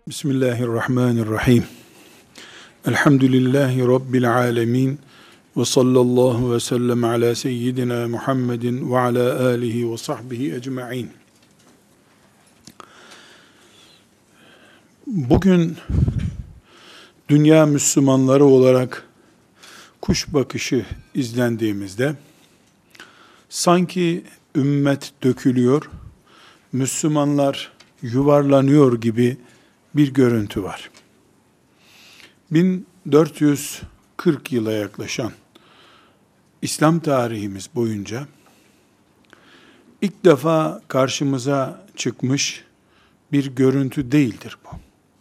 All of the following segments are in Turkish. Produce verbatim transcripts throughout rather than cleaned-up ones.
Bismillahirrahmanirrahim. Elhamdülillahi Rabbil alemin. Ve sallallahu ve sellem ala seyyidina Muhammedin ve ala alihi ve sahbihi ecma'in. Bugün dünya Müslümanları olarak kuş bakışı izlendiğimizde sanki ümmet dökülüyor, Müslümanlar yuvarlanıyor gibi bir görüntü var. bin dört yüz kırk yıla yaklaşan İslam tarihimiz boyunca ilk defa karşımıza çıkmış bir görüntü değildir bu.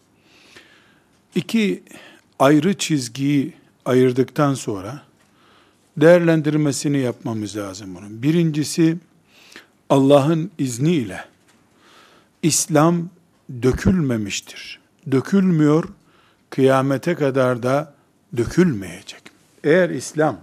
İki ayrı çizgiyi ayırdıktan sonra değerlendirmesini yapmamız lazım bunun. Birincisi, Allah'ın izniyle İslam dökülmemiştir. Dökülmüyor, kıyamete kadar da dökülmeyecek. Eğer İslam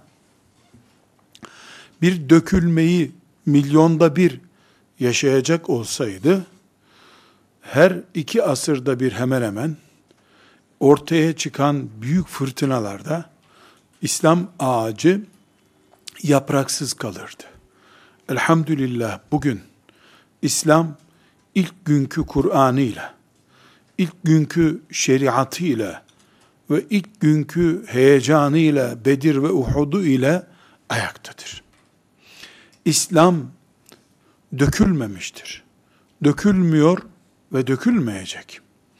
bir dökülmeyi milyonda bir yaşayacak olsaydı, her iki asırda bir hemen hemen ortaya çıkan büyük fırtınalarda İslam ağacı yapraksız kalırdı. Elhamdülillah bugün İslam ilk günkü Kur'an'ıyla, ilk günkü şeriatıyla ve ilk günkü heyecanıyla, Bedir ve Uhud'u ile ayaktadır. İslam dökülmemiştir. Dökülmüyor ve dökülmeyecek.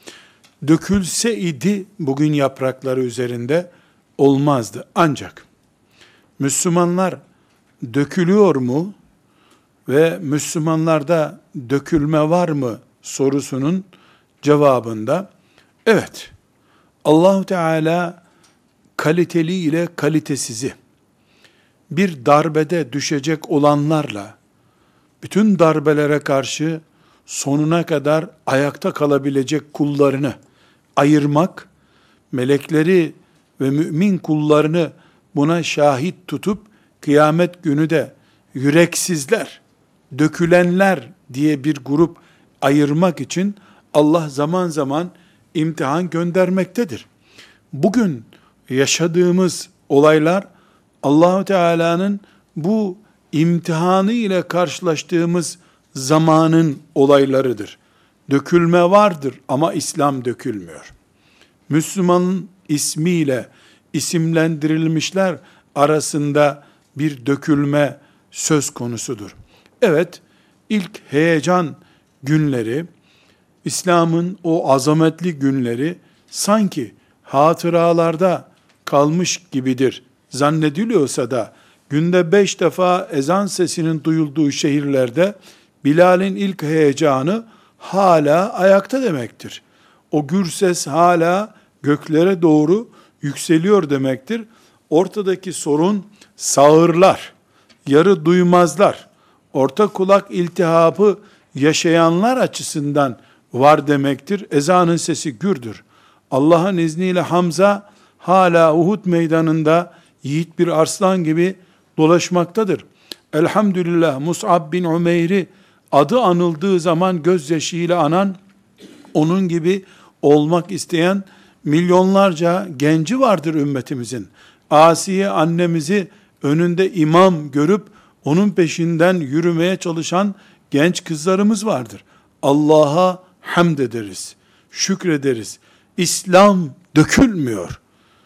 Dökülseydi bugün yaprakları üzerinde olmazdı. Ancak Müslümanlar dökülüyor mu ve Müslümanlarda dökülme var mı sorusunun cevabında evet, Allah-u Teala kaliteli ile kalitesizi bir darbede düşecek olanlarla bütün darbelere karşı sonuna kadar ayakta kalabilecek kullarını ayırmak, melekleri ve mümin kullarını buna şahit tutup kıyamet günü de yüreksizler, dökülenler diye bir grup ayırmak için Allah zaman zaman imtihan göndermektedir. Bugün yaşadığımız olaylar Allah-u Teala'nın bu imtihanı ile karşılaştığımız zamanın olaylarıdır. Dökülme vardır ama İslam dökülmüyor. Müslümanın ismiyle isimlendirilmişler arasında bir dökülme söz konusudur. Evet, ilk heyecan günleri, İslam'ın o azametli günleri sanki hatıralarda kalmış gibidir zannediliyorsa da günde beş defa ezan sesinin duyulduğu şehirlerde Bilal'in ilk heyecanı hala ayakta demektir. O gür ses hala göklere doğru yükseliyor demektir. Ortadaki sorun sağırlar, yarı duymazlar, orta kulak iltihabı yaşayanlar açısından var demektir. Ezanın sesi gürdür. Allah'ın izniyle Hamza hala Uhud meydanında yiğit bir arslan gibi dolaşmaktadır. Elhamdülillah Mus'ab bin Umeyr'i adı anıldığı zaman gözyaşıyla anan, onun gibi olmak isteyen milyonlarca genci vardır ümmetimizin. Asiye annemizi önünde imam görüp onun peşinden yürümeye çalışan genç kızlarımız vardır. Allah'a hamd ederiz, şükrederiz. İslam dökülmüyor.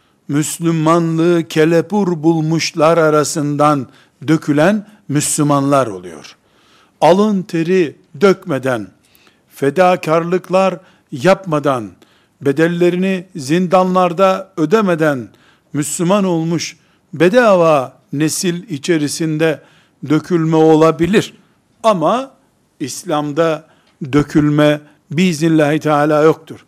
Müslümanlığı kelepur bulmuşlar arasından dökülen Müslümanlar oluyor. Alın teri dökmeden, fedakarlıklar yapmadan, bedellerini zindanlarda ödemeden Müslüman olmuş bedava nesil içerisinde dökülme olabilir. Ama İslam'da dökülme biiznillahü teala yoktur.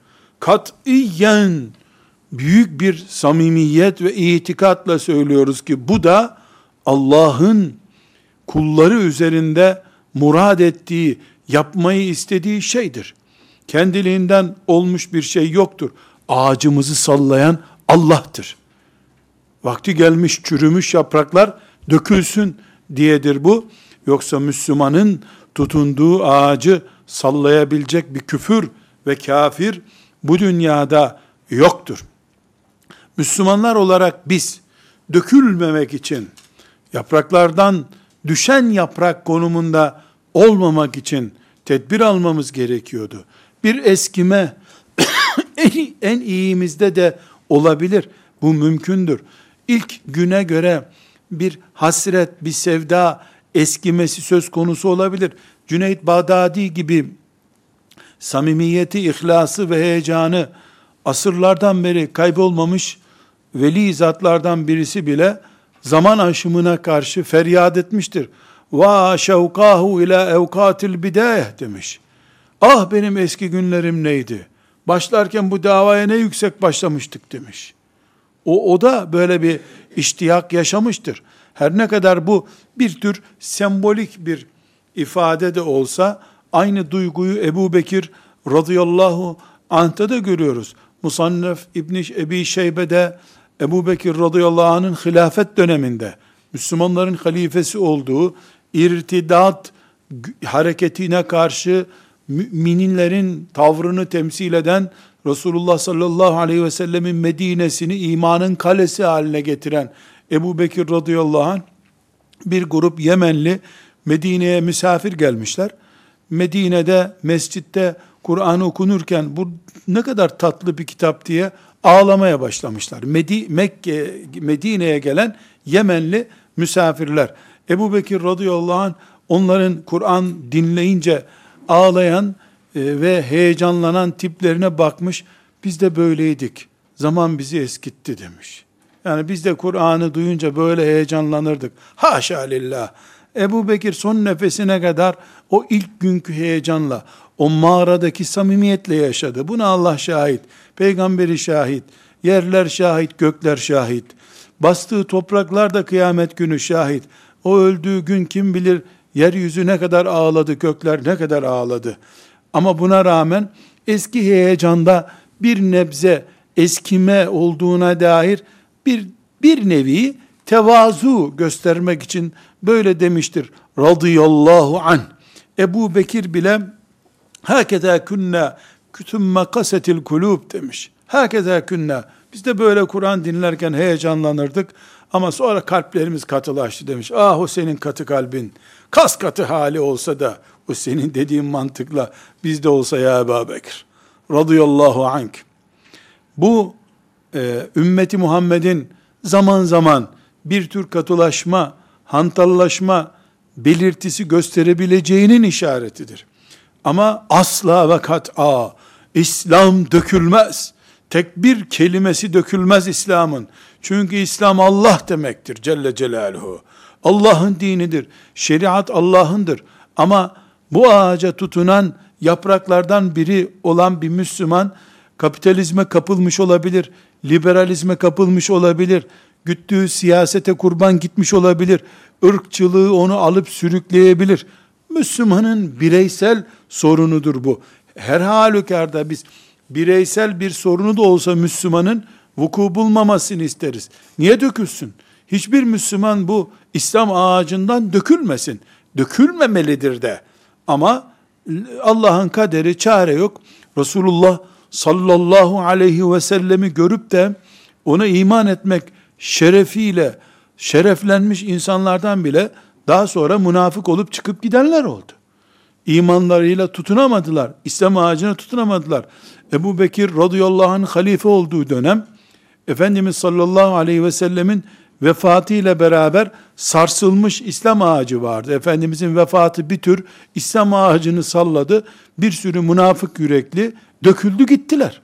Katiyen büyük bir samimiyet ve itikatla söylüyoruz ki bu da Allah'ın kulları üzerinde murad ettiği, yapmayı istediği şeydir. Kendiliğinden olmuş bir şey yoktur. Ağacımızı sallayan Allah'tır. Vakti gelmiş çürümüş yapraklar dökülsün diyedir bu. Yoksa Müslümanın tutunduğu ağacı sallayabilecek bir küfür ve kafir bu dünyada yoktur. Müslümanlar olarak biz dökülmemek için, yapraklardan düşen yaprak konumunda olmamak için tedbir almamız gerekiyordu. Bir eskime en, en iyimizde de olabilir. Bu mümkündür. İlk güne göre bir hasret, bir sevda eskimesi söz konusu olabilir. Cüneyt Bağdadi gibi samimiyeti, ihlası ve heyecanı asırlardan beri kaybolmamış veli zatlardan birisi bile zaman aşımına karşı feryat etmiştir. Va şevkahu ila evkatil bidayeh demiş. Ah benim eski günlerim neydi? Başlarken bu davaya ne yüksek başlamıştık demiş. O, o da böyle bir iştiyak yaşamıştır. Her ne kadar bu bir tür sembolik bir ifade de olsa, aynı duyguyu Ebu Bekir radıyallahu anh'ta da görüyoruz. Musannef İbn-i Ebi Şeybe'de Ebu Bekir radıyallahu anh'ın hilafet döneminde, Müslümanların halifesi olduğu irtidat hareketine karşı müminlerin tavrını temsil eden, Resulullah sallallahu aleyhi ve sellemin Medine'sini imanın kalesi haline getiren Ebu Bekir radıyallahu anh, bir grup Yemenli Medine'ye misafir gelmişler. Medine'de, mescitte Kur'an okunurken bu ne kadar tatlı bir kitap diye ağlamaya başlamışlar. Medi Mekke, Medine'ye gelen Yemenli misafirler. Ebu Bekir radıyallahu anh onların Kur'an dinleyince ağlayan e, ve heyecanlanan tiplerine bakmış. Biz de böyleydik. Zaman bizi eskitti demiş. Yani biz de Kur'an'ı duyunca böyle heyecanlanırdık. Haşa lillah. Ebu Bekir son nefesine kadar o ilk günkü heyecanla, o mağaradaki samimiyetle yaşadı. Buna Allah şahit, peygamberi şahit, yerler şahit, gökler şahit. Bastığı topraklar da kıyamet günü şahit. O öldüğü gün kim bilir yeryüzü ne kadar ağladı, gökler ne kadar ağladı. Ama buna rağmen eski heyecanda bir nebze eskime olduğuna dair bir bir nevi tevazu göstermek için böyle demiştir. Radıyallahu anh. Ebu Bekir bile hakeza künne kütümme kasetil kulub demiş. Hakeza künne. Biz de böyle Kur'an dinlerken heyecanlanırdık ama sonra kalplerimiz katılaştı demiş. Ah o senin katı kalbin. Kas katı hali olsa da o senin dediğin mantıkla bizde olsa ya Ebu Bekir. Radıyallahu anh. Bu e, ümmeti Muhammed'in zaman zaman bir tür katılaşma, hantallaşma belirtisi gösterebileceğinin işaretidir. Ama asla ve kat'a İslam dökülmez. Tek bir kelimesi dökülmez İslam'ın. Çünkü İslam Allah demektir Celle Celaluhu. Allah'ın dinidir. Şeriat Allah'ındır. Ama bu ağaca tutunan yapraklardan biri olan bir Müslüman kapitalizme kapılmış olabilir, liberalizme kapılmış olabilir, güttüğü siyasete kurban gitmiş olabilir, ırkçılığı onu alıp sürükleyebilir. Müslümanın bireysel sorunudur bu. Her halükarda biz bireysel bir sorunu da olsa Müslümanın vuku bulmamasını isteriz. Niye dökülsün? Hiçbir Müslüman bu İslam ağacından dökülmesin. Dökülmemelidir de. Ama Allah'ın kaderi, çare yok. Resulullah sallallahu aleyhi ve sellemi görüp de ona iman etmek şerefiyle şereflenmiş insanlardan bile daha sonra münafık olup çıkıp gidenler oldu. İmanlarıyla tutunamadılar. İslam ağacına tutunamadılar. Ebu Bekir radıyallahu anh halife olduğu dönem Efendimiz sallallahu aleyhi ve sellemin vefatıyla beraber sarsılmış İslam ağacı vardı. Efendimizin vefatı bir tür İslam ağacını salladı. Bir sürü münafık yürekli döküldü gittiler.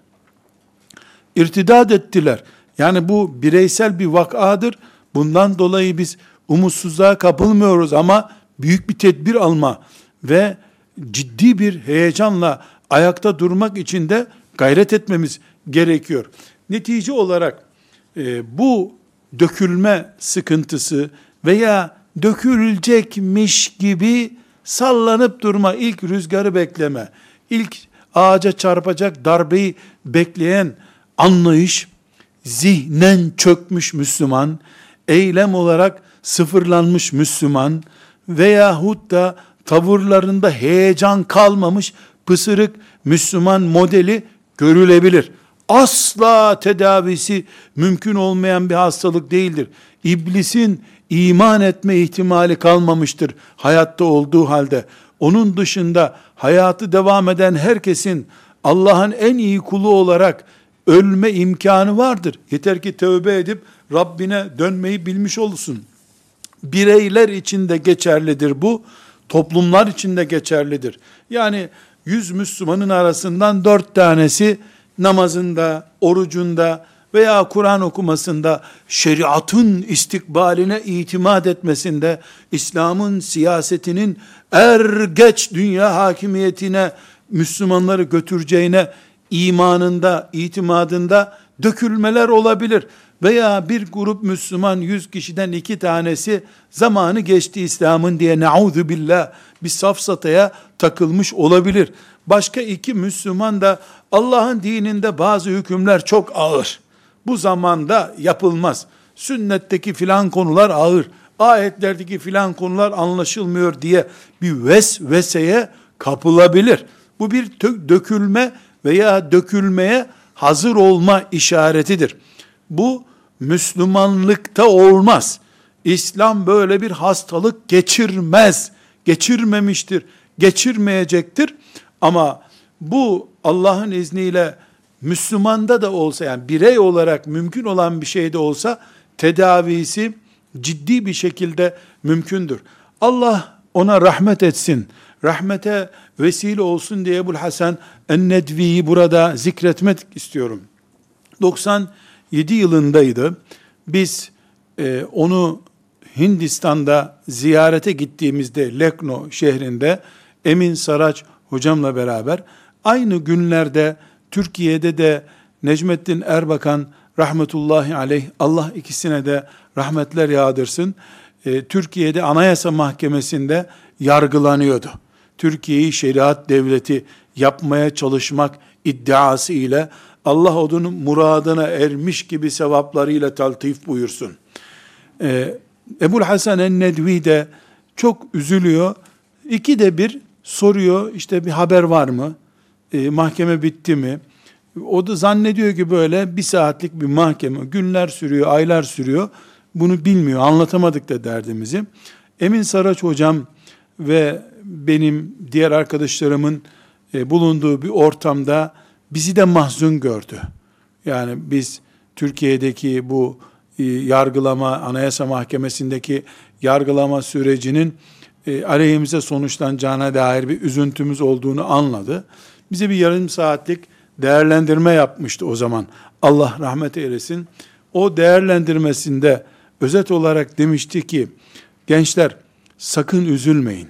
İrtidat ettiler. Yani bu bireysel bir vakadır. Bundan dolayı biz umutsuzluğa kapılmıyoruz ama büyük bir tedbir alma ve ciddi bir heyecanla ayakta durmak için de gayret etmemiz gerekiyor. Netice olarak e, bu dökülme sıkıntısı veya dökülecekmiş gibi sallanıp durma, ilk rüzgarı bekleme, ilk ağaca çarpacak darbeyi bekleyen anlayış, zihnen çökmüş Müslüman, eylem olarak sıfırlanmış Müslüman veyahut da tavırlarında heyecan kalmamış pısırık Müslüman modeli görülebilir. Asla tedavisi mümkün olmayan bir hastalık değildir. İblisin iman etme ihtimali kalmamıştır hayatta olduğu halde. Onun dışında hayatı devam eden herkesin Allah'ın en iyi kulu olarak ölme imkanı vardır. Yeter ki tövbe edip Rabbine dönmeyi bilmiş olsun. Bireyler için de geçerlidir bu, toplumlar için de geçerlidir. Yani yüz Müslümanın arasından dört tanesi namazında, orucunda veya Kur'an okumasında, şeriatın istikbaline itimat etmesinde, İslam'ın siyasetinin er geç dünya hakimiyetine Müslümanları götüreceğine imanında, itimadında dökülmeler olabilir. Veya bir grup Müslüman yüz kişiden iki tanesi zamanı geçti İslam'ın diye ne'udhu billah bir safsataya takılmış olabilir. Başka iki Müslüman da Allah'ın dininde bazı hükümler çok ağır. Bu zamanda yapılmaz. Sünnetteki filan konular ağır. Ayetlerdeki filan konular anlaşılmıyor diye bir vesveseye kapılabilir. Bu bir dökülme veya dökülmeye hazır olma işaretidir. Bu Müslümanlıkta olmaz. İslam böyle bir hastalık geçirmez. Geçirmemiştir. Geçirmeyecektir. Ama bu Allah'ın izniyle Müslümanda da olsa, yani birey olarak mümkün olan bir şey de olsa tedavisi ciddi bir şekilde mümkündür. Allah ona rahmet etsin. Rahmete vesile olsun diye Ebu'l-Hasan en-Nedvi'yi burada zikretmek istiyorum. doksan yedi yılındaydı. Biz e, onu Hindistan'da ziyarete gittiğimizde Lekno şehrinde Emin Saraç hocamla beraber aynı günlerde Türkiye'de de Necmettin Erbakan rahmetullahi aleyh, Allah ikisine de rahmetler yağdırsın, e, Türkiye'de Anayasa Mahkemesi'nde yargılanıyordu. Türkiye'yi şeriat devleti yapmaya çalışmak iddiası ile Allah onun muradına ermiş gibi sevaplarıyla taltif buyursun. Ee, Ebu'l-Hasan en-Nedvi de çok üzülüyor. İkide bir soruyor, işte bir haber var mı? Ee, mahkeme bitti mi? O da zannediyor ki böyle bir saatlik bir mahkeme, günler sürüyor, aylar sürüyor. Bunu bilmiyor, anlatamadık da derdimizi. Emin Saraç hocam ve benim diğer arkadaşlarımın e, bulunduğu bir ortamda bizi de mahzun gördü. Yani biz Türkiye'deki bu e, yargılama, Anayasa Mahkemesi'ndeki yargılama sürecinin e, aleyhimize sonuçlanacağına dair bir üzüntümüz olduğunu anladı. Bize bir yarım saatlik değerlendirme yapmıştı o zaman. Allah rahmet eylesin. O değerlendirmesinde özet olarak demişti ki, gençler sakın üzülmeyin.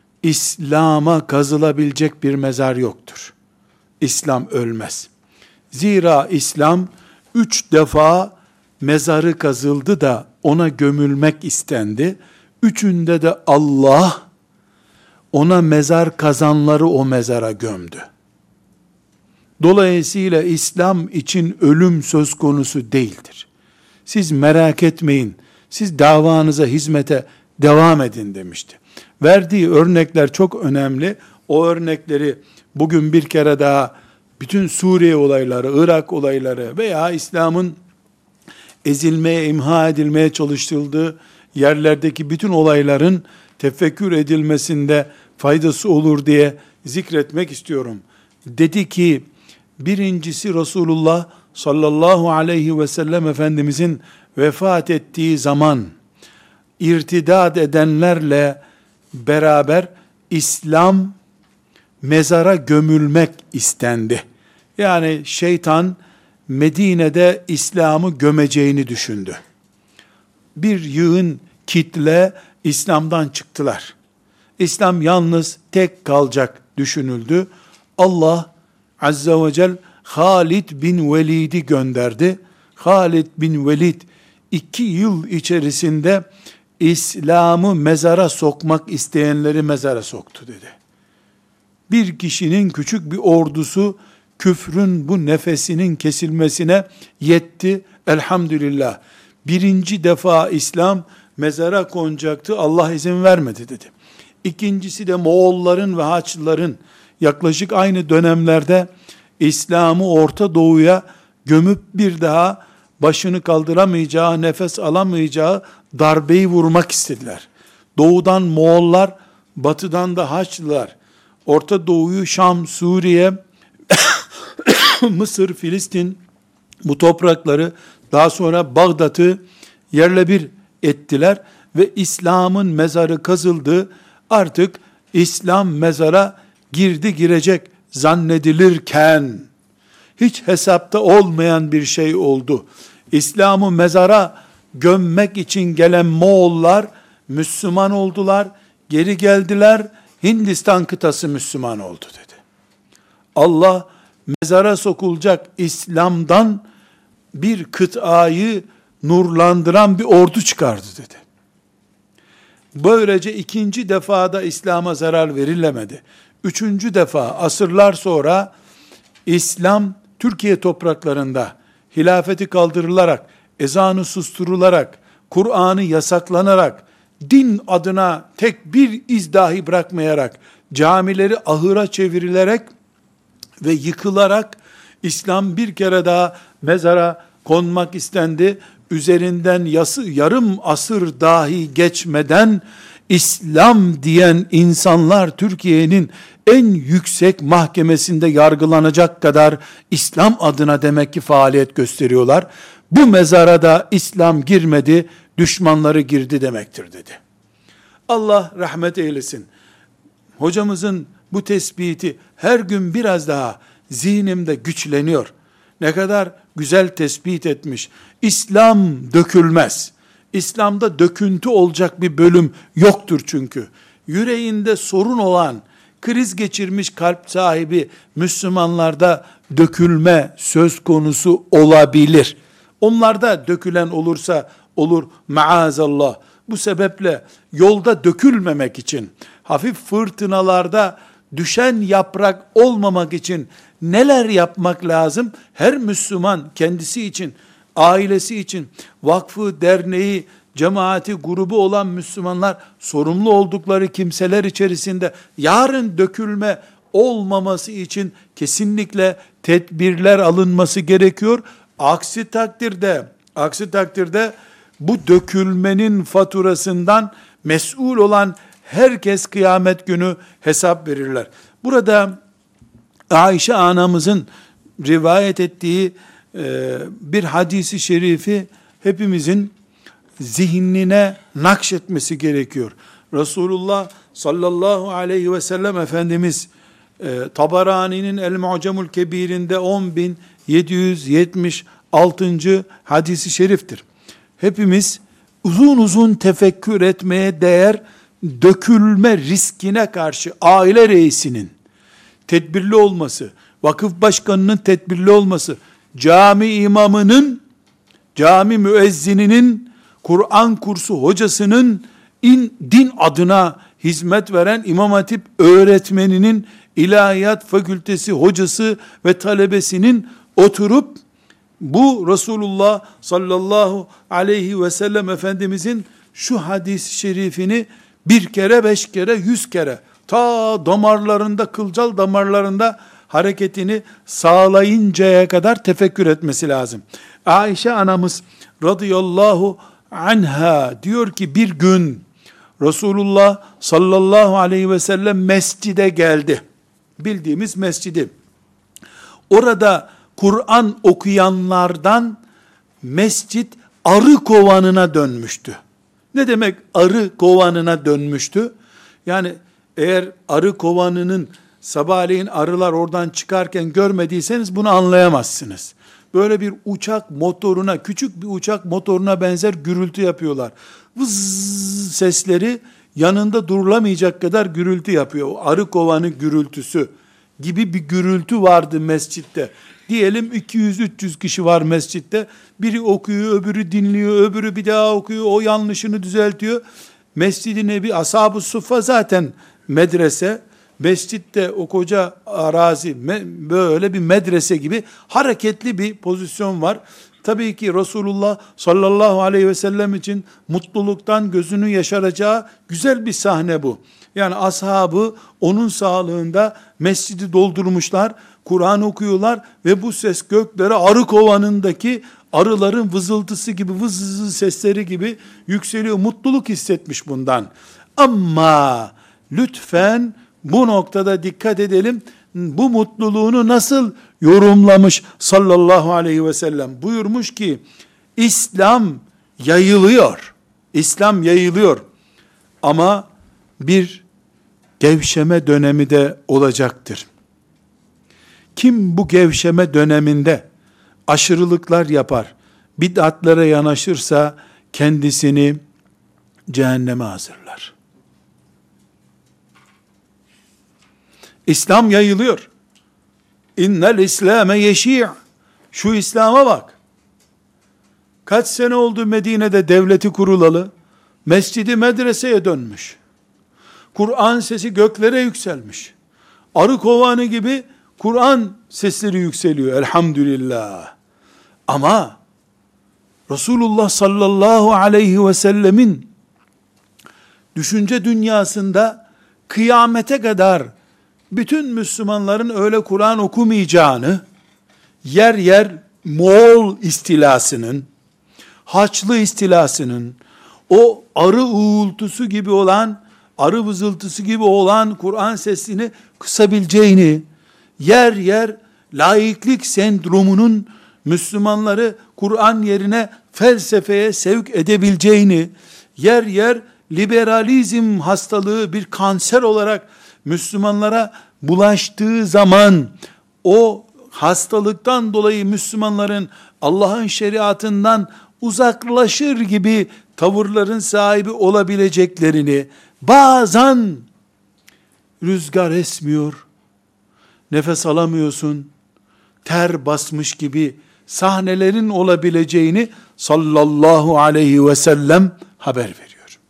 İslam'a kazılabilecek bir mezar yoktur. İslam ölmez. Zira İslam üç defa mezarı kazıldı da ona gömülmek istendi. Üçünde de Allah ona mezar kazanları o mezara gömdü. Dolayısıyla İslam için ölüm söz konusu değildir. Siz merak etmeyin, siz davanıza, hizmete devam edin demişti. Verdiği örnekler çok önemli. O örnekleri bugün bir kere daha bütün Suriye olayları, Irak olayları veya İslam'ın ezilmeye, imha edilmeye çalışıldığı yerlerdeki bütün olayların tefekkür edilmesinde faydası olur diye zikretmek istiyorum. Dedi ki, birincisi Resulullah sallallahu aleyhi ve sellem Efendimizin vefat ettiği zaman irtidat edenlerle beraber İslam mezara gömülmek istendi. Yani şeytan Medine'de İslam'ı gömeceğini düşündü. Bir yığın kitle İslam'dan çıktılar. İslam yalnız tek kalacak düşünüldü. Allah Azze ve Celle Halid bin Velid'i gönderdi. Halid bin Velid iki yıl içerisinde İslam'ı mezara sokmak isteyenleri mezara soktu dedi. Bir kişinin küçük bir ordusu küfrün bu nefesinin kesilmesine yetti. Elhamdülillah. Birinci defa İslam mezara konacaktı. Allah izin vermedi dedi. İkincisi de Moğolların ve Haçlıların yaklaşık aynı dönemlerde İslam'ı Orta Doğu'ya gömüp bir daha başını kaldıramayacağı, nefes alamayacağı darbeyi vurmak istediler. Doğudan Moğollar, batıdan da Haçlılar, Orta Doğu'yu Şam, Suriye, Mısır, Filistin, bu toprakları, daha sonra Bağdat'ı yerle bir ettiler ve İslam'ın mezarı kazıldı. Artık İslam mezara girdi girecek zannedilirken, hiç hesapta olmayan bir şey oldu. İslam'ı mezara gömmek için gelen Moğollar Müslüman oldular, geri geldiler, Hindistan kıtası Müslüman oldu dedi. Allah mezara sokulacak İslam'dan bir kıtayı nurlandıran bir ordu çıkardı dedi. Böylece ikinci defada İslam'a zarar verilemedi. Üçüncü defa asırlar sonra İslam Türkiye topraklarında hilafeti kaldırılarak, ezanı susturularak, Kur'an'ı yasaklanarak, din adına tek bir iz dahi bırakmayarak, camileri ahıra çevrilerek ve yıkılarak İslam bir kere daha mezara konmak istendi. Üzerinden yası, yarım asır dahi geçmeden İslam diyen insanlar Türkiye'nin en yüksek mahkemesinde yargılanacak kadar İslam adına demek ki faaliyet gösteriyorlar. Bu mezara da İslam girmedi, düşmanları girdi demektir dedi. Allah rahmet eylesin. Hocamızın bu tespiti her gün biraz daha zihnimde güçleniyor. Ne kadar güzel tespit etmiş. İslam dökülmez. İslam'da döküntü olacak bir bölüm yoktur çünkü. Yüreğinde sorun olan, kriz geçirmiş kalp sahibi Müslümanlarda dökülme söz konusu olabilir. Onlarda dökülen olursa olur, maazallah. Bu sebeple yolda dökülmemek için, hafif fırtınalarda düşen yaprak olmamak için neler yapmak lazım? Her Müslüman kendisi için, ailesi için, vakfı, derneği, cemaati, grubu olan Müslümanlar sorumlu oldukları kimseler içerisinde yarın dökülme olmaması için kesinlikle tedbirler alınması gerekiyor. Aksi takdirde, aksi takdirde bu dökülmenin faturasından mesul olan herkes kıyamet günü hesap verirler. Burada Ayşe anamızın rivayet ettiği e, bir hadisi şerifi hepimizin zihnine nakşetmesi gerekiyor. Resulullah sallallahu aleyhi ve sellem Efendimiz e, Tabarani'nin El-Mu'camul Kebir'inde on bin yedi yüz yetmiş altıncı hadisi şeriftir. Hepimiz uzun uzun tefekkür etmeye değer dökülme riskine karşı aile reisinin tedbirli olması, vakıf başkanının tedbirli olması, cami imamının, cami müezzininin, Kur'an kursu hocasının, in, din adına hizmet veren İmam Hatip öğretmeninin, ilahiyat fakültesi hocası ve talebesinin oturup bu Resulullah sallallahu aleyhi ve sellem Efendimizin şu hadis-i şerifini bir kere, beş kere, yüz kere ta damarlarında, kılcal damarlarında hareketini sağlayıncaya kadar tefekkür etmesi lazım. Ayşe anamız radıyallahu anha diyor ki bir gün Resulullah sallallahu aleyhi ve sellem mescide geldi. Bildiğimiz mescidi. Orada Kur'an okuyanlardan mescit arı kovanına dönmüştü. Ne demek arı kovanına dönmüştü? Yani eğer arı kovanının sabahleyin arılar oradan çıkarken görmediyseniz bunu anlayamazsınız. Böyle bir uçak motoruna, küçük bir uçak motoruna benzer gürültü yapıyorlar. Vız sesleri yanında durulamayacak kadar gürültü yapıyor. O arı kovanı gürültüsü gibi bir gürültü vardı mescitte. Diyelim iki yüz üç yüz kişi var mescitte. Biri okuyor, öbürü dinliyor, öbürü bir daha okuyor, o yanlışını düzeltiyor. Mescid-i Nebi, Ashab-ı Suffa zaten medrese. Mescitte o koca arazi böyle bir medrese gibi hareketli bir pozisyon var. Tabii ki Resulullah sallallahu aleyhi ve sellem için mutluluktan gözünü yaşaracağı güzel bir sahne bu. Yani ashabı onun sağlığında mescidi doldurmuşlar. Kur'an okuyorlar ve bu ses göklere arı kovanındaki arıların vızıltısı gibi, vız vız sesleri gibi yükseliyor. Mutluluk hissetmiş bundan. Ama lütfen bu noktada dikkat edelim. Bu mutluluğunu nasıl yorumlamış sallallahu aleyhi ve sellem? Buyurmuş ki, İslam yayılıyor. İslam yayılıyor. Ama bir gevşeme dönemi de olacaktır. Kim bu gevşeme döneminde aşırılıklar yapar, bid'atlara yanaşırsa kendisini cehenneme hazırlar. İslam yayılıyor. İnnel İslame yeşî'. Şu İslam'a bak. Kaç sene oldu Medine'de devleti kurulalı? Mescidi medreseye dönmüş. Kur'an sesi göklere yükselmiş. Arı kovanı gibi Kur'an sesleri yükseliyor elhamdülillah. Ama Resulullah sallallahu aleyhi ve sellemin düşünce dünyasında kıyamete kadar bütün Müslümanların öyle Kur'an okumayacağını, yer yer Moğol istilasının, Haçlı istilasının, o arı uğultusu gibi olan, arı vızıltısı gibi olan Kur'an sesini kısabileceğini, yer yer laiklik sendromunun Müslümanları Kur'an yerine felsefeye sevk edebileceğini, yer yer liberalizm hastalığı bir kanser olarak Müslümanlara bulaştığı zaman, o hastalıktan dolayı Müslümanların Allah'ın şeriatından uzaklaşır gibi tavırların sahibi olabileceklerini, bazen rüzgar esmiyor, nefes alamıyorsun, ter basmış gibi sahnelerin olabileceğini sallallahu aleyhi ve sellem haber veriyor.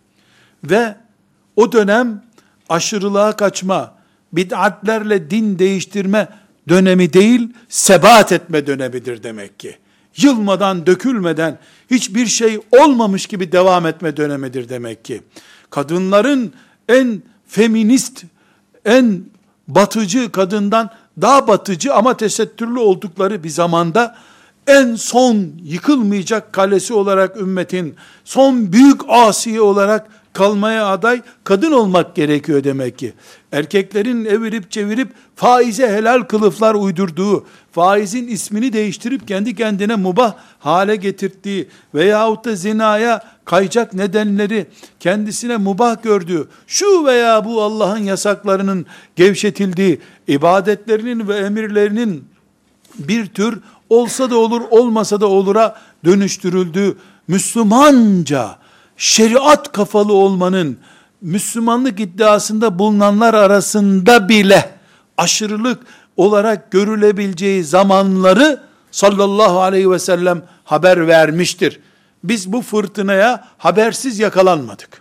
Ve o dönem aşırılığa kaçma, bid'atlerle din değiştirme dönemi değil, sebat etme dönemidir demek ki. Yılmadan, dökülmeden, hiçbir şey olmamış gibi devam etme dönemidir demek ki. Kadınların en feminist, en batıcı kadından daha batıcı ama tesettürlü oldukları bir zamanda en son yıkılmayacak kalesi olarak ümmetin son büyük asiye olarak kalmaya aday kadın olmak gerekiyor demek ki. Erkeklerin evirip çevirip faize helal kılıflar uydurduğu, faizin ismini değiştirip kendi kendine mubah hale getirdiği veyahut da zinaya kayacak nedenleri kendisine mubah gördüğü, şu veya bu Allah'ın yasaklarının gevşetildiği, ibadetlerinin ve emirlerinin bir tür olsa da olur, olmasa da olura dönüştürüldüğü Müslümanca, şeriat kafalı olmanın Müslümanlık iddiasında bulunanlar arasında bile aşırılık olarak görülebileceği zamanları sallallahu aleyhi ve sellem haber vermiştir. Biz bu fırtınaya habersiz yakalanmadık.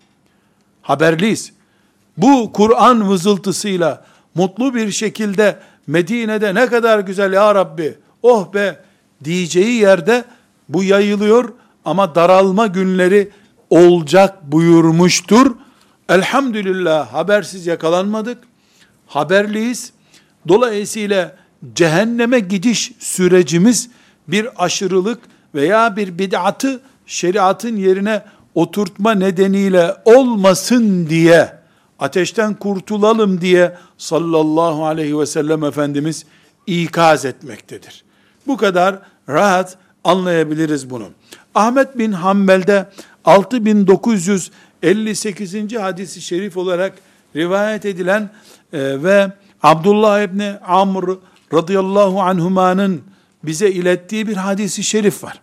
Haberliyiz. Bu Kur'an vızıltısıyla mutlu bir şekilde Medine'de ne kadar güzel ya Rabbi, oh be diyeceği yerde bu yayılıyor ama daralma günleri olacak buyurmuştur. Elhamdülillah habersiz yakalanmadık. Haberliyiz. Dolayısıyla cehenneme gidiş sürecimiz bir aşırılık veya bir bid'atı şeriatın yerine oturtma nedeniyle olmasın diye, ateşten kurtulalım diye sallallahu aleyhi ve sellem Efendimiz ikaz etmektedir. Bu kadar rahat anlayabiliriz bunu. Ahmet bin Hanbel'de altı bin dokuz yüz elli sekizinci hadisi şerif olarak rivayet edilen e, ve Abdullah İbni Amr radıyallahu anhumanın bize ilettiği bir hadisi şerif var.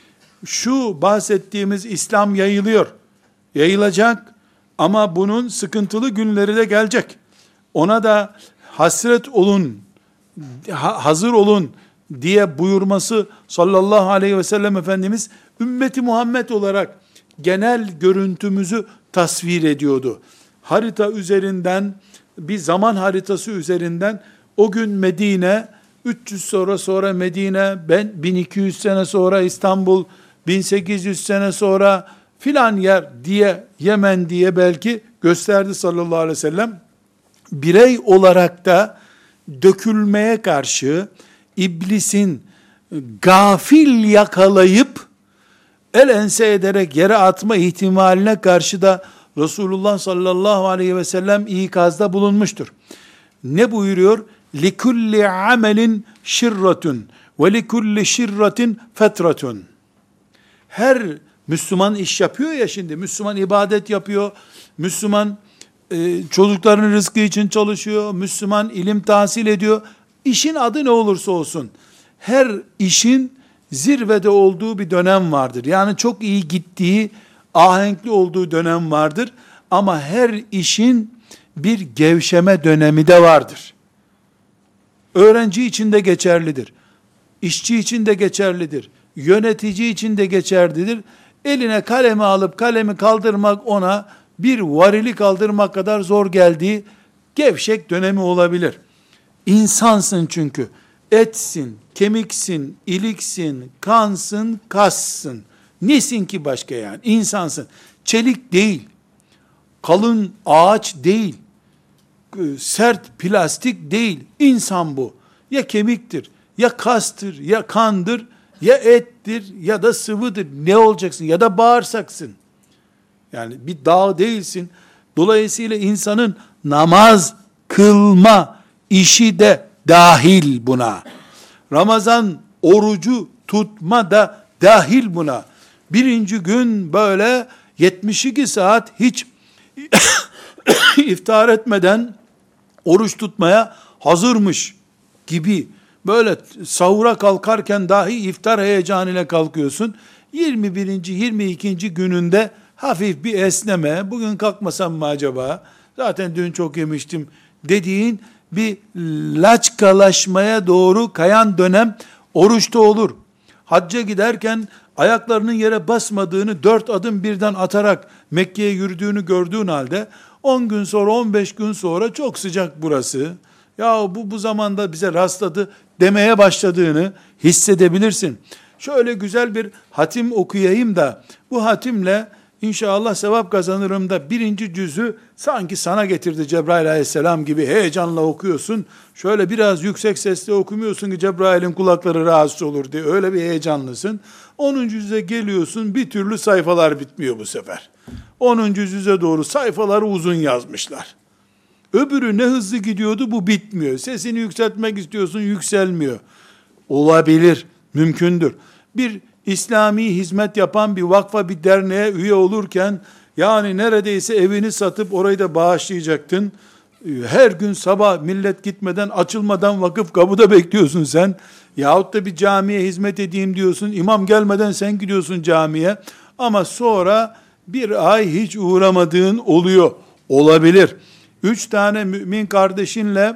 Şu bahsettiğimiz İslam yayılıyor, yayılacak ama bunun sıkıntılı günleri de gelecek. Ona da hasret olun, hazır olun diye buyurması sallallahu aleyhi ve sellem Efendimiz ümmeti Muhammed olarak genel görüntümüzü tasvir ediyordu. Harita üzerinden, bir zaman haritası üzerinden o gün Medine, üç yüz sonra sonra Medine, ben bin iki yüz sene sonra İstanbul, bin sekiz yüz sene sonra filan yer diye, Yemen diye belki gösterdi sallallahu aleyhi ve sellem. Birey olarak da dökülmeye karşı iblisin gafil yakalayıp el ense ederek yere atma ihtimaline karşı da Resulullah sallallahu aleyhi ve sellem ikazda bulunmuştur. Ne buyuruyor? لِكُلِّ عَمَلٍ شِرَّةٌ وَلِكُلِّ شِرَّةٍ فَتْرَةٌ. Her Müslüman iş yapıyor ya şimdi, Müslüman ibadet yapıyor, Müslüman e, çocukların rızkı için çalışıyor, Müslüman ilim tahsil ediyor. İşin adı ne olursa olsun, her işin zirvede olduğu bir dönem vardır. Yani çok iyi gittiği, ahenkli olduğu dönem vardır. Ama her işin bir gevşeme dönemi de vardır. Öğrenci için de geçerlidir. İşçi için de geçerlidir. Yönetici için de geçerlidir. Eline kalemi alıp kalemi kaldırmak ona bir varili kaldırmak kadar zor geldiği gevşek dönemi olabilir. İnsansın çünkü. Etsin, kemiksin, iliksin, kansın, kassın. Nesin ki başka yani? İnsansın. Çelik değil. Kalın ağaç değil. Sert plastik değil. İnsan bu. Ya kemiktir, ya kastır, ya kandır, ya ettir, ya da sıvıdır. Ne olacaksın? Ya da bağırsaksın. Yani bir dağ değilsin. Dolayısıyla insanın namaz kılma işi de dahil buna. Ramazan orucu tutma da dahil buna. Birinci gün böyle yetmiş iki saat hiç iftar etmeden oruç tutmaya hazırmış gibi, böyle sahura kalkarken dahi iftar heyecanıyla kalkıyorsun. yirmi birinci yirmi ikinci gününde hafif bir esneme, bugün kalkmasam mı acaba, zaten dün çok yemiştim dediğin bir laçkalaşmaya doğru kayan dönem oruçta olur. Hacca giderken ayaklarının yere basmadığını, dört adım birden atarak Mekke'ye yürüdüğünü gördüğün halde, on gün sonra, on beş gün sonra çok sıcak burası, ya bu bu zamanda bize rastladı demeye başladığını hissedebilirsin. Şöyle güzel bir hatim okuyayım da, bu hatimle İnşallah sevap kazanırım da birinci cüzü sanki sana getirdi Cebrail aleyhisselam gibi heyecanla okuyorsun. Şöyle biraz yüksek sesle okumuyorsun ki Cebrail'in kulakları rahatsız olur diye, öyle bir heyecanlısın. onuncu cüze geliyorsun, bir türlü sayfalar bitmiyor bu sefer. onuncu cüze doğru sayfaları uzun yazmışlar. Öbürü ne hızlı gidiyordu, bu bitmiyor. Sesini yükseltmek istiyorsun, yükselmiyor. Olabilir, mümkündür. Bir İslami hizmet yapan bir vakfa, bir derneğe üye olurken, yani neredeyse evini satıp orayı da bağışlayacaktın. Her gün sabah millet gitmeden, açılmadan vakıf kapıda bekliyorsun sen. Yahut da bir camiye hizmet edeyim diyorsun. İmam gelmeden sen gidiyorsun camiye. Ama sonra bir ay hiç uğramadığın oluyor. Olabilir. Üç tane mümin kardeşinle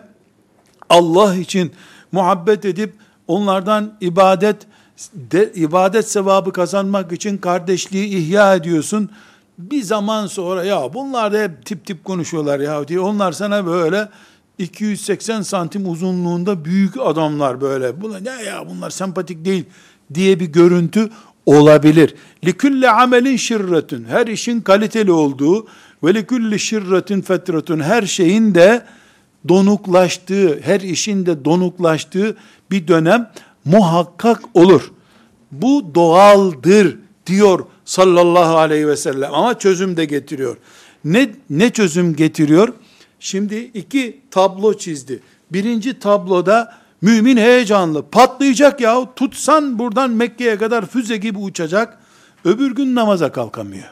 Allah için muhabbet edip onlardan ibadet de, ibadet sevabı kazanmak için kardeşliği ihya ediyorsun. Bir zaman sonra ya bunlar da hep tip tip konuşuyorlar ya diye, onlar sana böyle iki yüz seksen santim uzunluğunda büyük adamlar böyle. Bunlar ne ya, bunlar sempatik değil diye bir görüntü olabilir. Likülle amelin şirretün, her işin kaliteli olduğu, ve likülle şirretin fetretün, her şeyin de donuklaştığı, her işin de donuklaştığı bir dönem muhakkak olur. Bu doğaldır diyor sallallahu aleyhi ve sellem, ama çözüm de getiriyor. Ne, ne çözüm getiriyor? Şimdi iki tablo çizdi. Birinci tabloda mümin heyecanlı, patlayacak ya, tutsan buradan Mekke'ye kadar füze gibi uçacak. Öbür gün namaza kalkamıyor.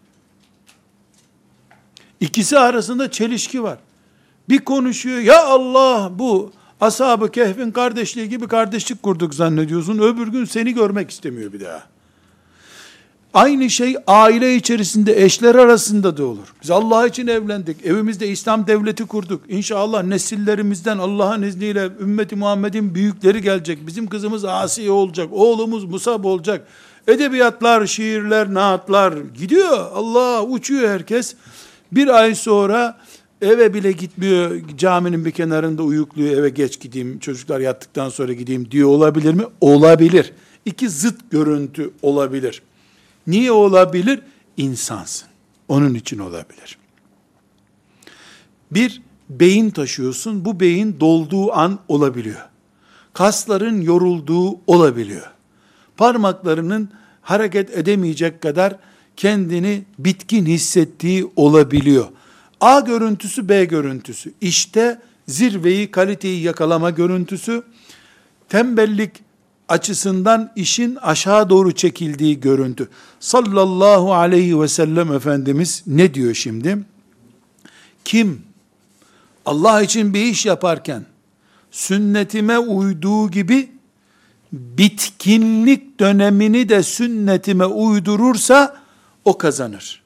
İkisi arasında çelişki var. Bir konuşuyor, ya Allah, bu Ashab-ı Kehf'in kardeşliği gibi kardeşlik kurduk zannediyorsun. Öbür gün seni görmek istemiyor bir daha. Aynı şey aile içerisinde, eşler arasında da olur. Biz Allah için evlendik. Evimizde İslam devleti kurduk. İnşallah nesillerimizden Allah'ın izniyle ümmeti Muhammed'in büyükleri gelecek. Bizim kızımız Asiye olacak. Oğlumuz Musab olacak. Edebiyatlar, şiirler, naatlar gidiyor. Allah, uçuyor herkes. Bir ay sonra eve bile gitmiyor. Caminin bir kenarında uyukluyor. Eve geç gideyim, çocuklar yattıktan sonra gideyim diyor, olabilir mi? Olabilir. İki zıt görüntü olabilir. Niye olabilir? İnsansın. Onun için olabilir. Bir beyin taşıyorsun. Bu beyin dolduğu an olabiliyor. Kasların yorulduğu olabiliyor. Parmaklarının hareket edemeyecek kadar kendini bitkin hissettiği olabiliyor. A görüntüsü, B görüntüsü. İşte zirveyi, kaliteyi yakalama görüntüsü. Tembellik açısından işin aşağı doğru çekildiği görüntü. Sallallahu aleyhi ve sellem Efendimiz ne diyor şimdi? Kim Allah için bir iş yaparken sünnetime uyduğu gibi bitkinlik dönemini de sünnetime uydurursa o kazanır.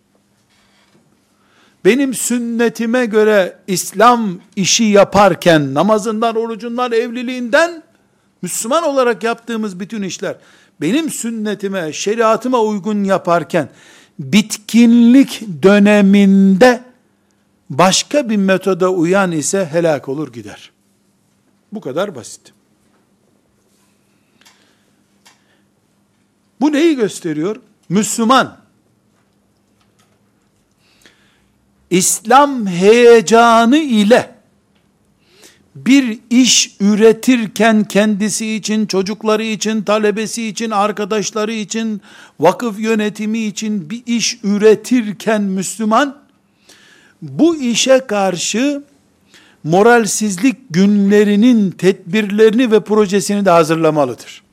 Benim sünnetime göre İslam işi yaparken, namazından, orucundan, evliliğinden, Müslüman olarak yaptığımız bütün işler, benim sünnetime, şeriatıma uygun yaparken, bitkinlik döneminde başka bir metoda uyan ise helak olur gider. Bu kadar basit. Bu neyi gösteriyor? Müslüman, İslam heyecanı ile bir iş üretirken kendisi için, çocukları için, talebesi için, arkadaşları için, vakıf yönetimi için bir iş üretirken Müslüman, bu işe karşı moralsizlik günlerinin tedbirlerini ve projesini de hazırlamalıdır.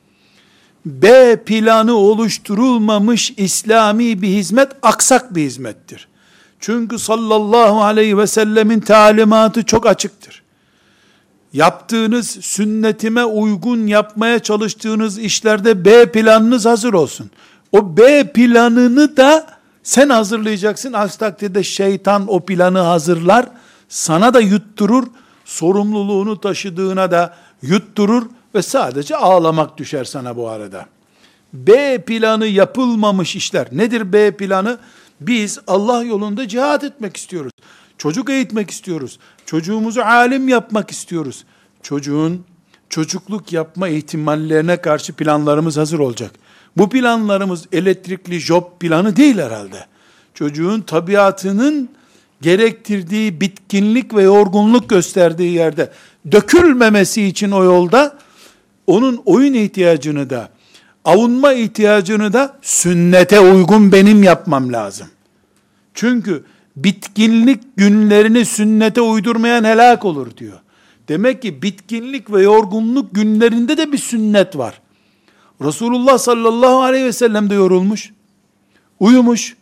B planı oluşturulmamış İslami bir hizmet aksak bir hizmettir. Çünkü sallallahu aleyhi ve sellemin talimatı çok açıktır. Yaptığınız, sünnetime uygun yapmaya çalıştığınız işlerde B planınız hazır olsun. O B planını da sen hazırlayacaksın. Aksi takdirde şeytan o planı hazırlar, sana da yutturur, sorumluluğunu taşıdığına da yutturur ve sadece ağlamak düşer sana bu arada. B planı yapılmamış işler. Nedir B planı? Biz Allah yolunda cihat etmek istiyoruz. Çocuk eğitmek istiyoruz. Çocuğumuzu alim yapmak istiyoruz. Çocuğun çocukluk yapma ihtimallerine karşı planlarımız hazır olacak. Bu planlarımız elektrikli job planı değil herhalde. Çocuğun tabiatının gerektirdiği bitkinlik ve yorgunluk gösterdiği yerde dökülmemesi için o yolda onun oyun ihtiyacını da, avunma ihtiyacını da sünnete uygun benim yapmam lazım. Çünkü bitkinlik günlerini sünnete uydurmayan helak olur diyor. Demek ki bitkinlik ve yorgunluk günlerinde de bir sünnet var. Resulullah sallallahu aleyhi ve sellem de yorulmuş, uyumuş.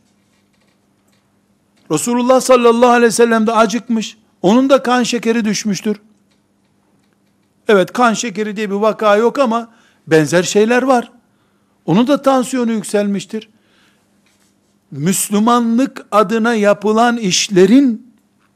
Resulullah sallallahu aleyhi ve sellem de acıkmış. Onun da kan şekeri düşmüştür. Evet, kan şekeri diye bir vaka yok ama benzer şeyler var. Onun da tansiyonu yükselmiştir. Müslümanlık adına yapılan işlerin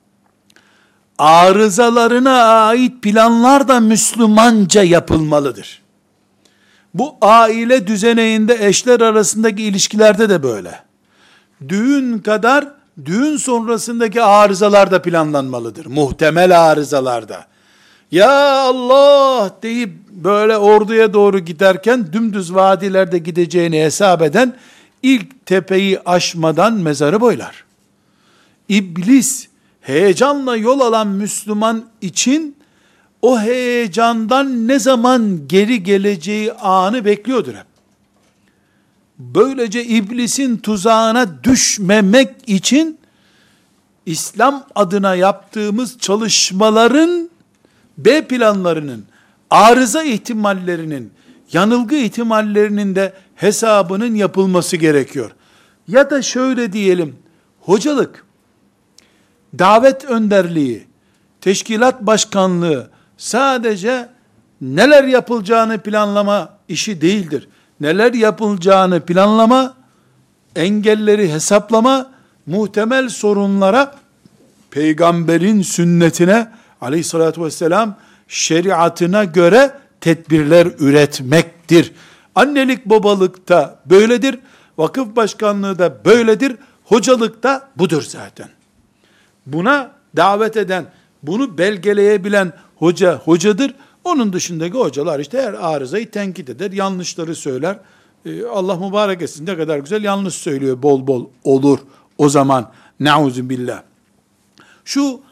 arızalarına ait planlar da Müslümanca yapılmalıdır. Bu aile düzeneğinde eşler arasındaki ilişkilerde de böyle. Düğün kadar düğün sonrasındaki arızalar da planlanmalıdır. Muhtemel arızalarda. Ya Allah deyip böyle orduya doğru giderken dümdüz vadilerde gideceğini hesap eden ilk tepeyi aşmadan mezarı boylar. İblis heyecanla yol alan Müslüman için o heyecandan ne zaman geri geleceği anı bekliyordur hep. Böylece iblisin tuzağına düşmemek için İslam adına yaptığımız çalışmaların B planlarının, arıza ihtimallerinin, yanılgı ihtimallerinin de hesabının yapılması gerekiyor. Ya da şöyle diyelim, hocalık, davet önderliği, teşkilat başkanlığı sadece neler yapılacağını planlama işi değildir. Neler yapılacağını planlama, engelleri hesaplama, muhtemel sorunlara peygamberin sünnetine, aleyhissalatü vesselam şeriatına göre tedbirler üretmektir. Annelik babalıkta böyledir, vakıf başkanlığı da böyledir, hocalık da budur zaten. Buna davet eden, bunu belgeleyebilen hoca hocadır. Onun dışındaki hocalar işte her arızayı tenkit eder, yanlışları söyler. Ee, Allah mübarek etsin, ne kadar güzel yanlış söylüyor, bol bol olur o zaman. Nauzubillah. Şu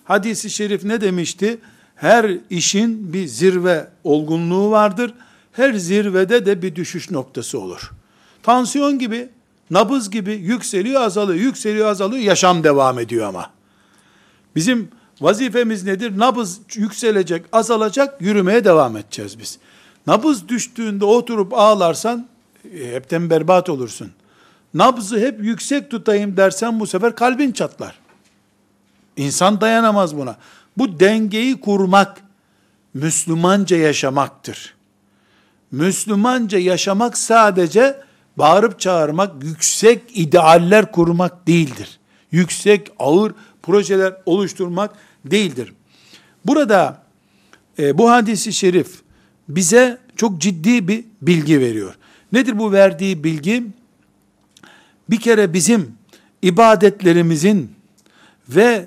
Hadis-i şerif ne demişti? Her işin bir zirve olgunluğu vardır. Her zirvede de bir düşüş noktası olur. Tansiyon gibi, nabız gibi yükseliyor, azalıyor, yükseliyor, azalıyor, yaşam devam ediyor ama. Bizim vazifemiz nedir? Nabız yükselecek, azalacak, yürümeye devam edeceğiz biz. Nabız düştüğünde oturup ağlarsan, e, hepten berbat olursun. Nabzı hep yüksek tutayım dersen bu sefer kalbin çatlar. İnsan dayanamaz buna. Bu dengeyi kurmak, Müslümanca yaşamaktır. Müslümanca yaşamak sadece bağırıp çağırmak, yüksek idealler kurmak değildir. Yüksek, ağır projeler oluşturmak değildir. Burada e, bu hadis-i şerif bize çok ciddi bir bilgi veriyor. Nedir bu verdiği bilgi? Bir kere bizim ibadetlerimizin ve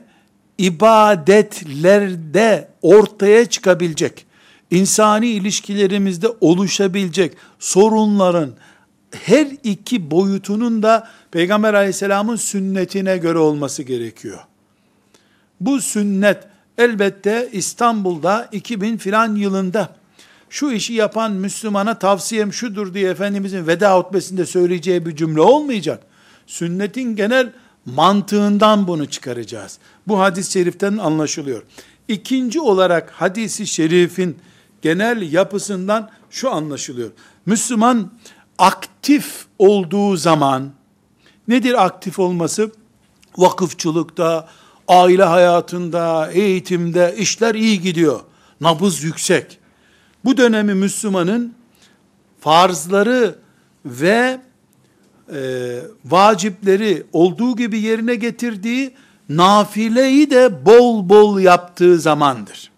ibadetlerde ortaya çıkabilecek, insani ilişkilerimizde oluşabilecek sorunların her iki boyutunun da Peygamber aleyhisselamın sünnetine göre olması gerekiyor. Bu sünnet elbette İstanbul'da iki bin filan yılında şu işi yapan Müslümana tavsiyem şudur diye Efendimizin veda hutbesinde söyleyeceği bir cümle olmayacak. Sünnetin genel mantığından bunu çıkaracağız. Bu hadis-i şeriften anlaşılıyor. İkinci olarak hadis-i şerifin genel yapısından şu anlaşılıyor. Müslüman aktif olduğu zaman, nedir aktif olması? Vakıfçılıkta, aile hayatında, eğitimde işler iyi gidiyor. Nabız yüksek. Bu dönemi Müslümanın farzları ve e, vacipleri olduğu gibi yerine getirdiği, nafileyi de bol bol yaptığı zamandır.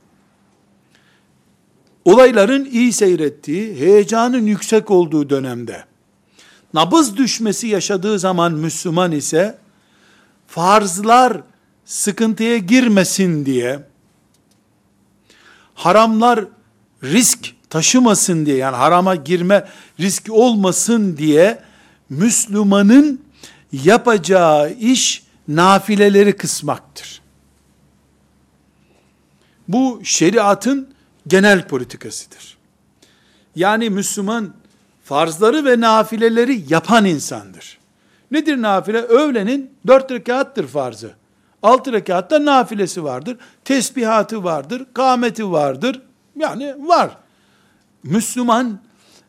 Olayların iyi seyrettiği, heyecanın yüksek olduğu dönemde, nabız düşmesi yaşadığı zaman Müslüman ise, farzlar sıkıntıya girmesin diye, haramlar risk taşımasın diye, yani harama girme riski olmasın diye, Müslümanın yapacağı iş, nafileleri kısmaktır. Bu şeriatın genel politikasıdır. Yani Müslüman farzları ve nafileleri yapan insandır. Nedir nafile? Öğlenin dört rekattır farzı. Altı rekatta nafilesi vardır. Tesbihatı vardır. Kâmeti vardır. Yani var. Müslüman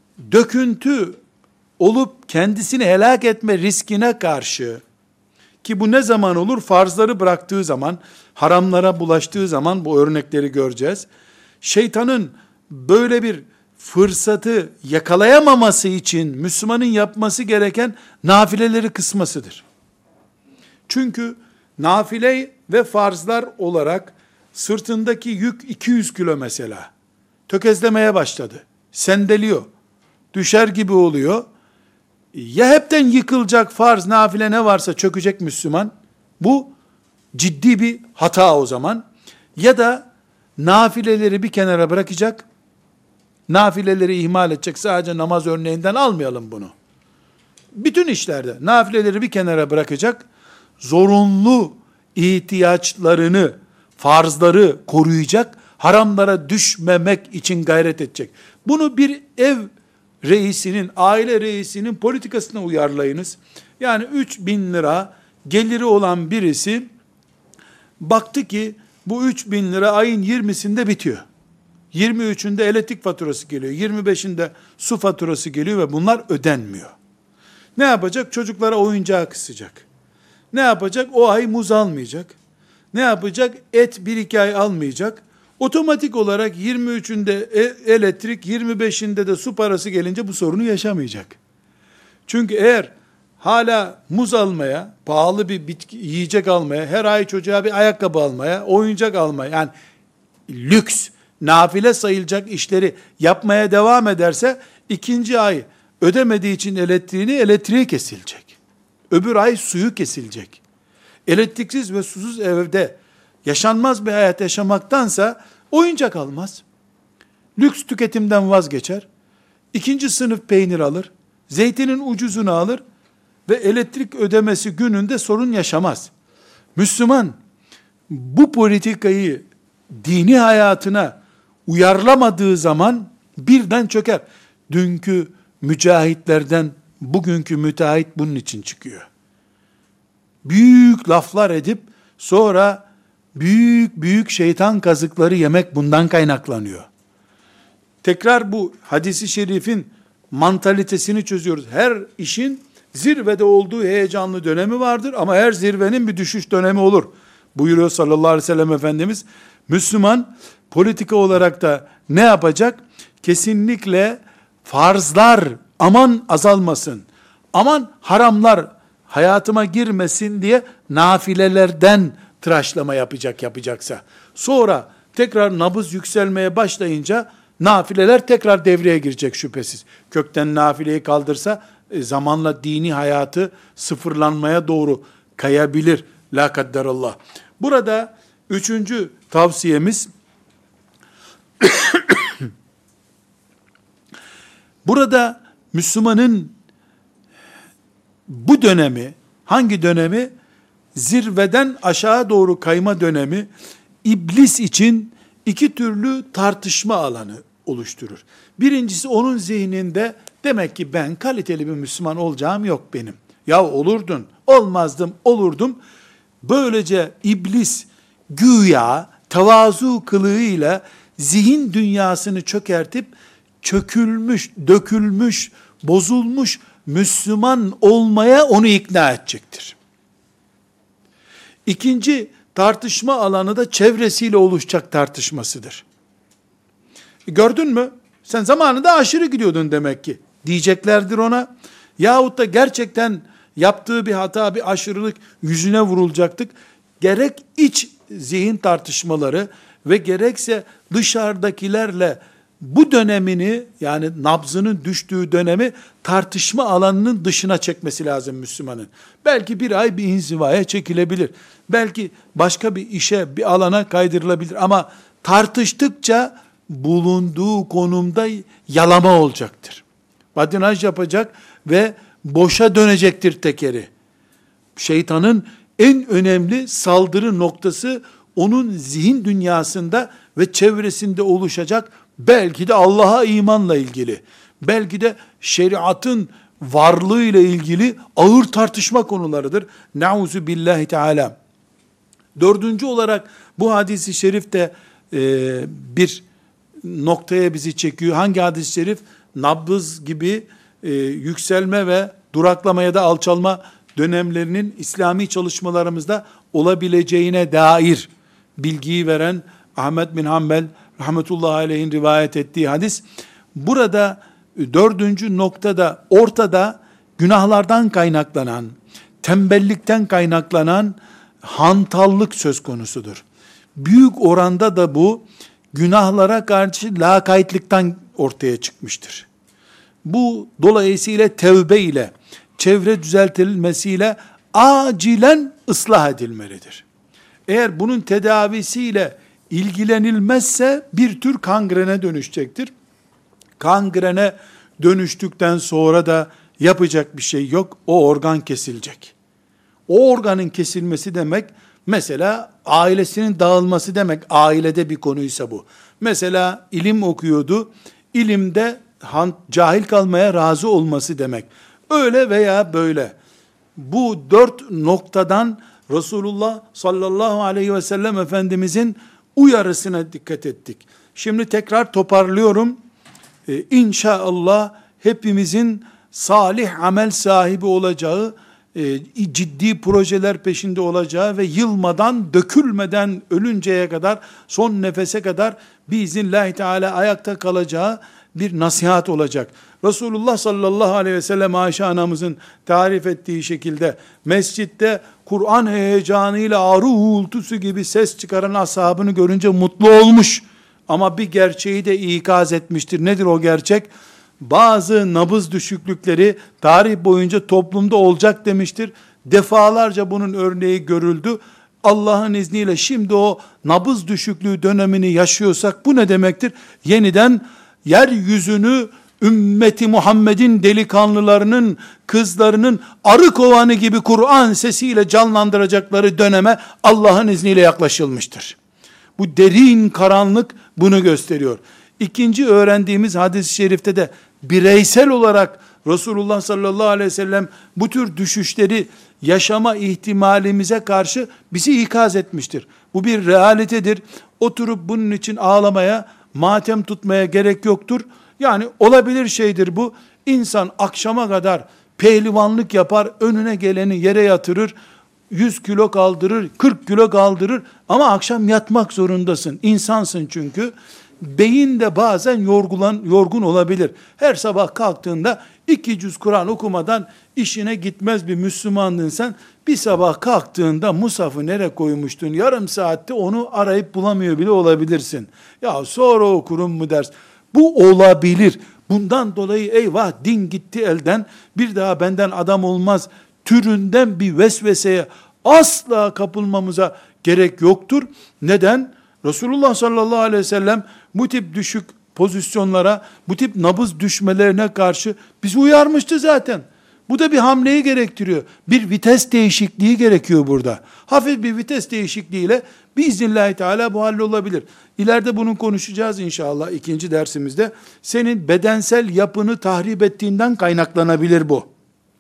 döküntü olup kendisini helak etme riskine karşı, ki bu ne zaman olur? Farzları bıraktığı zaman, haramlara bulaştığı zaman, bu örnekleri göreceğiz. Şeytanın böyle bir fırsatı yakalayamaması için Müslümanın yapması gereken nafileleri kısmasıdır. Çünkü nafile ve farzlar olarak sırtındaki yük iki yüz kilo mesela. Tökezlemeye başladı. Sendeliyor. Düşer gibi oluyor. Ya hepten yıkılacak farz, nafile ne varsa çökecek Müslüman. Bu ciddi bir hata o zaman. Ya da nafileleri bir kenara bırakacak. Nafileleri ihmal edecek. Sadece namaz örneğinden almayalım bunu. Bütün işlerde nafileleri bir kenara bırakacak. Zorunlu ihtiyaçlarını, farzları koruyacak. Haramlara düşmemek için gayret edecek. Bunu bir ev reisinin, aile reisinin politikasına uyarlayınız. Yani üç bin lira geliri olan birisi baktı ki bu üç bin lira ayın yirmisinde bitiyor. yirmi üçünde elektrik faturası geliyor. yirmi beşinde su faturası geliyor ve bunlar ödenmiyor. Ne yapacak? Çocuklara oyuncağı kısacak. Ne yapacak? O ay muz almayacak. Ne yapacak? Et bir iki ay almayacak. Otomatik olarak yirmi üçünde elektrik, yirmi beşinde de su parası gelince bu sorunu yaşamayacak. Çünkü eğer hala muz almaya, pahalı bir bitki, yiyecek almaya, her ay çocuğa bir ayakkabı almaya, oyuncak almaya, yani lüks, nafile sayılacak işleri yapmaya devam ederse, ikinci ay ödemediği için elektriğini, elektriği kesilecek. Öbür ay suyu kesilecek. Elektriksiz ve susuz evde yaşanmaz bir hayat yaşamaktansa oyuncak almaz. Lüks tüketimden vazgeçer. İkinci sınıf peynir alır. Zeytinin ucuzunu alır ve elektrik ödemesi gününde sorun yaşamaz. Müslüman bu politikayı dini hayatına uyarlamadığı zaman birden çöker. Dünkü mücahitlerden bugünkü müteahhit bunun için çıkıyor. Büyük laflar edip sonra büyük büyük şeytan kazıkları yemek bundan kaynaklanıyor. Tekrar bu hadisi şerifin mantalitesini çözüyoruz. Her işin zirvede olduğu heyecanlı dönemi vardır ama her zirvenin bir düşüş dönemi olur. Buyuruyor sallallahu aleyhi ve sellem Efendimiz. Müslüman politika olarak da ne yapacak? Kesinlikle farzlar aman azalmasın, aman haramlar hayatıma girmesin diye nafilelerden tıraşlama yapacak yapacaksa. Sonra tekrar nabız yükselmeye başlayınca nafileler tekrar devreye girecek şüphesiz. Kökten nafileyi kaldırsa e, zamanla dini hayatı sıfırlanmaya doğru kayabilir. La kadderallah. Burada üçüncü tavsiyemiz burada Müslümanın bu dönemi, hangi dönemi? Zirveden aşağı doğru kayma dönemi, iblis için iki türlü tartışma alanı oluşturur. Birincisi, onun zihninde demek ki ben kaliteli bir Müslüman olacağım yok benim. Ya olurdun, olmazdım, olurdum. Böylece iblis güya tevazu kılığıyla zihin dünyasını çökertip çökülmüş, dökülmüş, bozulmuş Müslüman olmaya onu ikna edecektir. İkinci tartışma alanı da çevresiyle oluşacak tartışmasıdır. E gördün mü? Sen zamanında aşırı gidiyordun demek ki diyeceklerdir ona. Yahut da gerçekten yaptığı bir hata, bir aşırılık yüzüne vurulacaktık. Gerek iç zihin tartışmaları ve gerekse dışarıdakilerle bu dönemini, yani nabzının düştüğü dönemi tartışma alanının dışına çekmesi lazım Müslümanın. Belki bir ay bir inzivaya çekilebilir. Belki başka bir işe, bir alana kaydırılabilir. Ama tartıştıkça bulunduğu konumda yalama olacaktır. Badinaj yapacak ve boşa dönecektir tekeri. Şeytanın en önemli saldırı noktası onun zihin dünyasında ve çevresinde oluşacak, belki de Allah'a imanla ilgili, belki de şeriatın varlığı ile ilgili ağır tartışma konularıdır. Nauzu billahi teala. Dördüncü olarak bu hadis-i şerif de e, bir noktaya bizi çekiyor. Hangi hadis-i şerif? Nabız gibi e, yükselme ve duraklama ya da alçalma dönemlerinin İslami çalışmalarımızda olabileceğine dair bilgiyi veren Ahmed bin Hanbel rahmetullahi aleyhin rivayet ettiği hadis. Burada dördüncü noktada ortada günahlardan kaynaklanan, tembellikten kaynaklanan hantallık söz konusudur. Büyük oranda da bu günahlara karşı lakaytlıktan ortaya çıkmıştır. Bu dolayısıyla tevbe ile, çevre düzeltilmesiyle acilen ıslah edilmelidir. Eğer bunun tedavisiyle ilgilenilmezse bir tür kangrene dönüşecektir. Kangrene dönüştükten sonra da yapacak bir şey yok. O organ kesilecek. O organın kesilmesi demek, mesela ailesinin dağılması demek, ailede bir konuysa bu. Mesela ilim okuyordu, ilimde cahil kalmaya razı olması demek. Öyle veya böyle. Bu dört noktadan Resulullah sallallahu aleyhi ve sellem Efendimizin uyarısına dikkat ettik. Şimdi tekrar toparlıyorum. Ee, İnşallah hepimizin salih amel sahibi olacağı, e, ciddi projeler peşinde olacağı ve yılmadan, dökülmeden ölünceye kadar, son nefese kadar biiznillahü teala ayakta kalacağı bir nasihat olacak. Resulullah sallallahu aleyhi ve sellem Ayşe anamızın tarif ettiği şekilde mescitte Kur'an heyecanıyla arı uğultusu gibi ses çıkaran ashabını görünce mutlu olmuş. Ama bir gerçeği de ikaz etmiştir. Nedir o gerçek? Bazı nabız düşüklükleri tarih boyunca toplumda olacak demiştir. Defalarca bunun örneği görüldü. Allah'ın izniyle şimdi o nabız düşüklüğü dönemini yaşıyorsak bu ne demektir? Yeniden yeryüzünü ümmeti Muhammed'in delikanlılarının, kızlarının arı kovanı gibi Kur'an sesiyle canlandıracakları döneme Allah'ın izniyle yaklaşılmıştır. Bu derin karanlık bunu gösteriyor. İkinci öğrendiğimiz hadis-i şerifte de bireysel olarak Resulullah sallallahu aleyhi ve sellem bu tür düşüşleri yaşama ihtimalimize karşı bizi ikaz etmiştir. Bu bir realitedir. Oturup bunun için ağlamaya, matem tutmaya gerek yoktur. Yani olabilir şeydir bu. İnsan akşama kadar pehlivanlık yapar, önüne geleni yere yatırır, yüz kilo kaldırır, kırk kilo kaldırır ama akşam yatmak zorundasın. İnsansın çünkü. Beyin de bazen yorgulan, yorgun olabilir. Her sabah kalktığında iki cüz Kur'an okumadan işine gitmez bir Müslümandın sen. Bir sabah kalktığında musafı nereye koymuştun? Yarım saatte onu arayıp bulamıyor bile olabilirsin. Ya sonra okurum mu ders. Bu olabilir. Bundan dolayı eyvah din gitti elden, bir daha benden adam olmaz türünden bir vesveseye asla kapılmamıza gerek yoktur. Neden? Resulullah sallallahu aleyhi ve sellem bu tip düşük pozisyonlara, bu tip nabız düşmelerine karşı bizi uyarmıştı zaten. Bu da bir hamleyi gerektiriyor. Bir vites değişikliği gerekiyor burada. Hafif bir vites değişikliğiyle biiznillahü teala bu hallolabilir. İleride bunu konuşacağız inşallah ikinci dersimizde. Senin bedensel yapını tahrip ettiğinden kaynaklanabilir bu.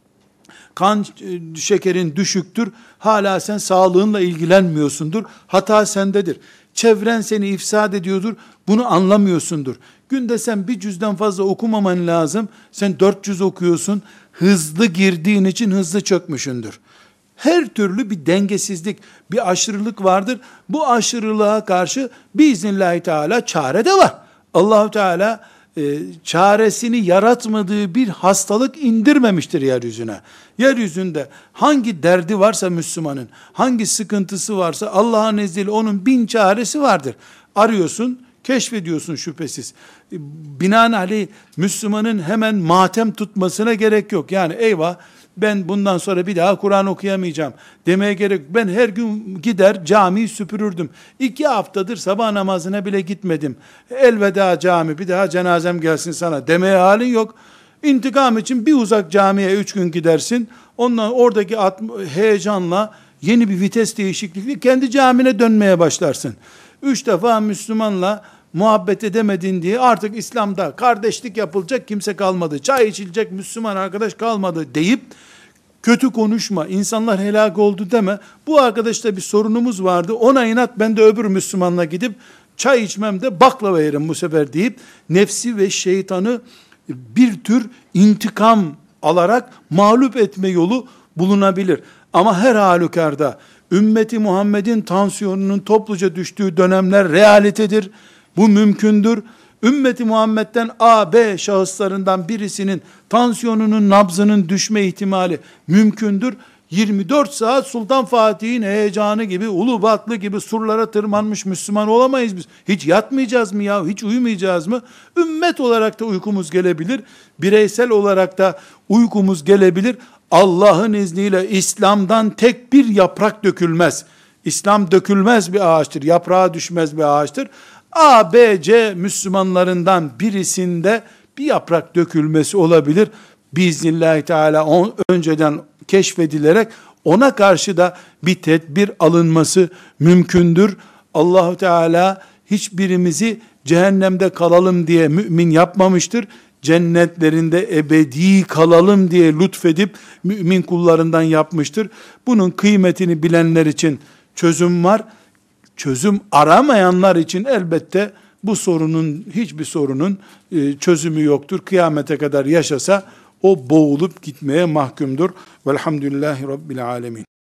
Kan şekerin düşüktür. Hala sen sağlığınla ilgilenmiyorsundur. Hata sendedir. Çevren seni ifsad ediyordur. Bunu anlamıyorsundur. Günde sen bir cüzden fazla okumaman lazım. Sen dört cüz okuyorsun. Hızlı girdiğin için hızlı çökmüşündür. Her türlü bir dengesizlik, bir aşırılık vardır. Bu aşırılığa karşı biiznillahü teala çare de var. Allahu Teala e, çaresini yaratmadığı bir hastalık indirmemiştir yeryüzüne. Yeryüzünde hangi derdi varsa Müslümanın, hangi sıkıntısı varsa Allah'ın izniyle onun bin çaresi vardır. Arıyorsun, keşfediyorsun şüphesiz. Binaenaleyh Müslümanın hemen matem tutmasına gerek yok. Yani eyvah ben bundan sonra bir daha Kur'an okuyamayacağım demeye gerek yok. Ben her gün gider camiyi süpürürdüm. İki haftadır sabah namazına bile gitmedim. Elveda cami, bir daha cenazem gelsin sana demeye halin yok. İntikam için bir uzak camiye üç gün gidersin. Ondan oradaki heyecanla yeni bir vites değişikliği kendi camine dönmeye başlarsın. Üç defa Müslümanla muhabbet edemedin diye artık İslam'da kardeşlik yapılacak kimse kalmadı, çay içilecek Müslüman arkadaş kalmadı deyip kötü konuşma, insanlar helak oldu deme. Bu arkadaşta bir sorunumuz vardı, ona inat ben de öbür Müslümanla gidip çay içmem de baklava yerim bu sefer deyip nefsi ve şeytanı bir tür intikam alarak mağlup etme yolu bulunabilir. Ama her halükarda ümmeti Muhammed'in tansiyonunun topluca düştüğü dönemler realitedir. Bu mümkündür. Ümmeti Muhammed'den A, B şahıslarından birisinin tansiyonunun, nabzının düşme ihtimali mümkündür. yirmi dört saat Sultan Fatih'in heyecanı gibi, Ulubatlı gibi surlara tırmanmış Müslüman olamayız biz. Hiç yatmayacağız mı ya? Hiç uyumayacağız mı? Ümmet olarak da uykumuz gelebilir. Bireysel olarak da uykumuz gelebilir. Allah'ın izniyle İslam'dan tek bir yaprak dökülmez. İslam dökülmez bir ağaçtır. Yaprağa düşmez bir ağaçtır. A, B, C Müslümanlarından birisinde bir yaprak dökülmesi olabilir. Biiznillahü teala on, önceden keşfedilerek ona karşı da bir tedbir alınması mümkündür. Allahu Teala hiçbirimizi cehennemde kalalım diye mümin yapmamıştır. Cennetlerinde ebedi kalalım diye lütfedip mümin kullarından yapmıştır. Bunun kıymetini bilenler için çözüm var. Çözüm aramayanlar için elbette bu sorunun, hiçbir sorunun çözümü yoktur. Kıyamete kadar yaşasa o boğulup gitmeye mahkumdur. Velhamdülillahi Rabbil alemin.